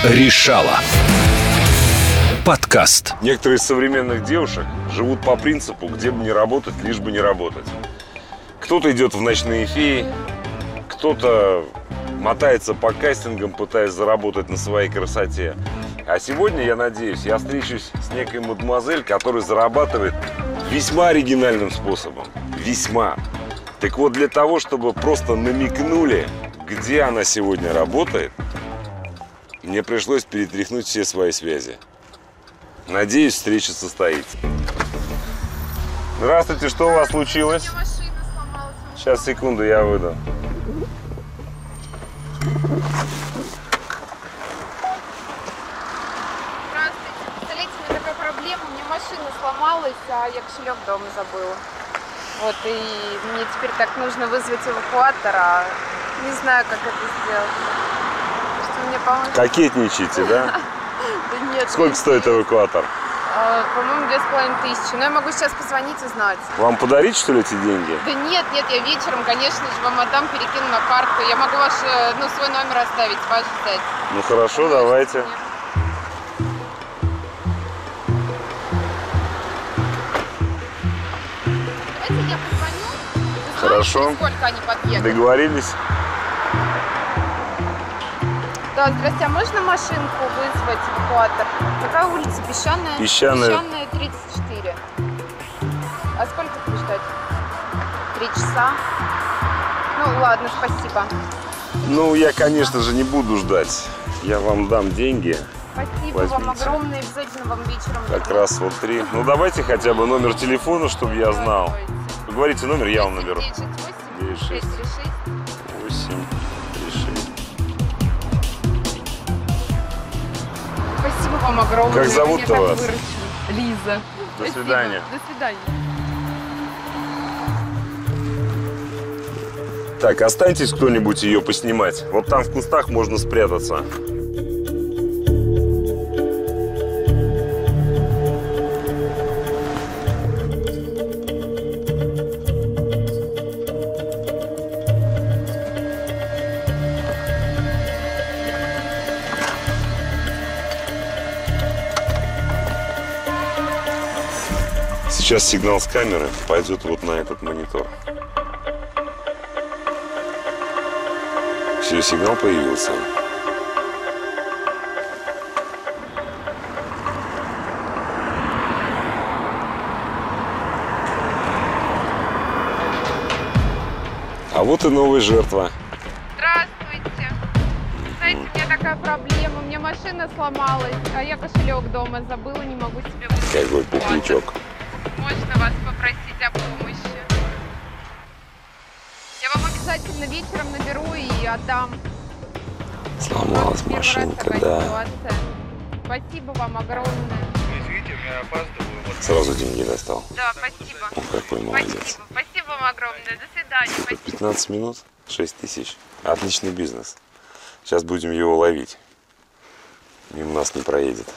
Решала. Подкаст. Некоторые из современных девушек живут по принципу, где бы не работать, лишь бы не работать. Кто-то идет в ночные феи, кто-то мотается по кастингам, пытаясь заработать на своей красоте. А сегодня, я надеюсь, я встречусь с некой мадемуазель, которая зарабатывает весьма оригинальным способом. Весьма. Так вот, для того, чтобы просто намекнули, где она сегодня работает, мне пришлось перетряхнуть все свои связи. Надеюсь, встреча состоится. Здравствуйте, что у вас случилось? У меня машина сломалась. Сейчас, секунду, я выйду. Здравствуйте. Представляете, у меня такая проблема. У меня машина сломалась, а я кошелек дома забыла. Вот, и мне теперь так нужно вызвать эвакуатор, а не знаю, как это сделать. Что мне поможет? Кокетничаете, да? Да нет. Сколько стоит эвакуатор? По-моему, 2500. Но я могу сейчас позвонить, узнать. Вам подарить, что ли, эти деньги? Да нет, я вечером, конечно же, вам отдам, перекину на карту. Я могу ваш, свой номер оставить, ваш взять. Ну хорошо, давайте. Давайте я позвоню. Узнаю, Хорошо. сколько они подъедут. Договорились? Да, здрасте, а можно машинку вызвать, эвакуатор? Какая улица? Песчаная? Песчаная. Песчаная, 34. А сколько тут ждать? 3 часа? Ну, ладно, спасибо. Ну, я, конечно же, не буду ждать. Я вам дам деньги. Спасибо Возьмите. вам огромное, обязательно вам вечером. Как раз вот 3. Ну, давайте хотя бы номер телефона, чтобы я знал. Говорите номер, я вам наберу. 968 636. 8, 3, 6. Спасибо вам огромное. Как зовут-то Вы меня вас? так выручили. Лиза. До Спасибо. свидания. До свидания. Так, останьтесь кто-нибудь ее поснимать. Вот там в кустах можно спрятаться. Сейчас сигнал с камеры пойдет вот на этот монитор. Все, сигнал появился. А вот и новая жертва. Здравствуйте. Знаете, у меня такая проблема. У меня машина сломалась, а я кошелек дома забыла, не могу себе вызвать. Какой пухлячок. Можно вас попросить о помощи? Я вам обязательно вечером наберу и отдам. Сломалась Первый раз машинка, такая да. ситуация. Спасибо вам огромное. Извините, у меня опаздываю. Сразу деньги достал. Да, спасибо. О, какой молодец. Спасибо. Спасибо вам огромное. До свидания. Спасибо. 15 минут, 6 тысяч. Отличный бизнес. Сейчас будем его ловить. Мимо нас не проедет.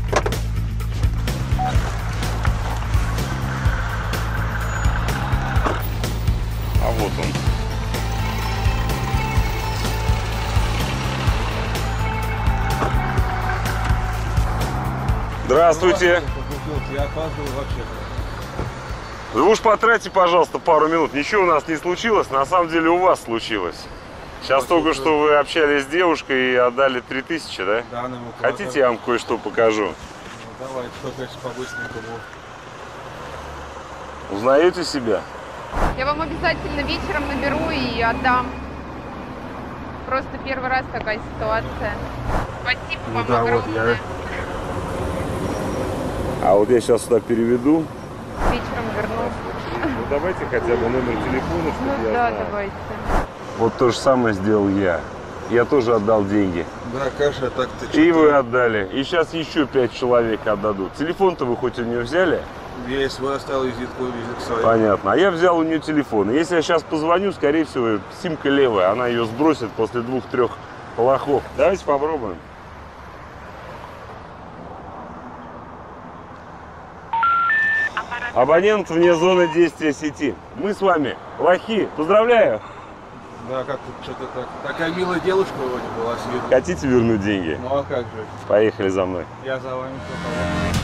А вот он. Здравствуйте. Я опаздываю вообще. Вы уж потратьте, пожалуйста, пару минут. Ничего у нас не случилось, на самом деле у вас случилось. Сейчас только что вы общались с девушкой и отдали 3000, да? Да, нам Хотите, я вам кое-что покажу? Ну, давай, только по-быстренькому. Узнаете себя? Я вам обязательно вечером наберу и отдам. Просто первый раз такая ситуация. Спасибо Ну вам да, вот огромное. А вот я сейчас сюда переведу. Вечером верну. Ну давайте хотя бы номер телефона, чтобы Ну я да, знал. давайте. Вот то же самое сделал я. Я тоже отдал деньги. Да, Каша, так-то И вы отдали. И сейчас еще 5 человек отдадут. Телефон-то вы хоть у нее взяли? Я свой оставил визитку свою. Понятно. А я взял у нее телефон. Если я сейчас позвоню, скорее всего, симка левая. Она ее сбросит после 2-3 полохов. Давайте попробуем. Абонент вне зоны действия сети. Мы с вами лохи. Поздравляю. Да, как тут что-то так. Такая милая девушка вроде была с виду. Хотите вернуть деньги? Ну а как же? Поехали за мной. Я за вами только.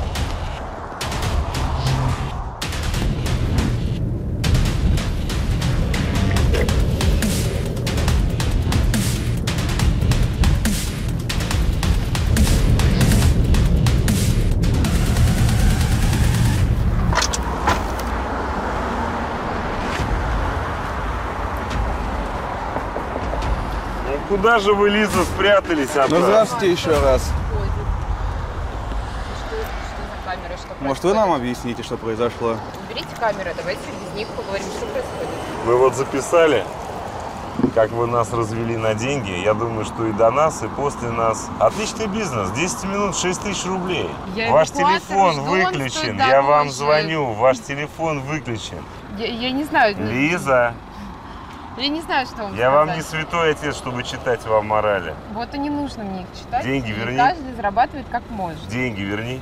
Ну куда же вы, Лиза, спрятались от Ну нас? здравствуйте еще раз. Что за камеры, что Может вы нам объясните, что произошло? Уберите камеры, давайте без них поговорим, что происходит. Мы вот записали, как вы нас развели на деньги. Я думаю, что и до нас, и после нас. Отличный бизнес. 10 минут 6 тысяч рублей. Я Ваш эвакуатор телефон жду, он выключен. стоит Я вам дороже. звоню. Ваш телефон выключен. Я не знаю. Лиза, Я не знаю, что вам я вам не сказать. святой отец, чтобы читать вам морали. Вот и не нужно мне их читать. Деньги И верни. каждый зарабатывает как может. Деньги верни.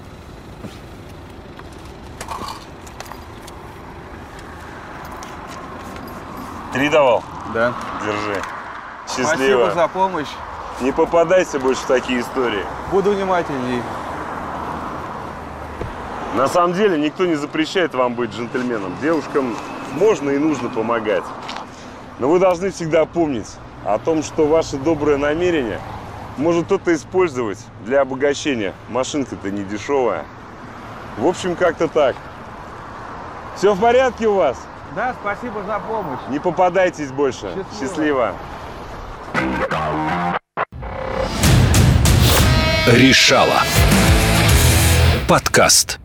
Три давал? Да. Держи. Спасибо Счастливо. за помощь. Не попадайся больше в такие истории. Буду внимательней. На самом деле никто не запрещает вам быть джентльменом. Девушкам можно и нужно помогать. Но вы должны всегда помнить о том, что ваше доброе намерение может кто-то использовать для обогащения. Машинка-то не дешевая. В общем, как-то так. Все в порядке у вас? Да, спасибо за помощь. Не попадайтесь больше. Счастливо. Счастливо. Решала. Подкаст.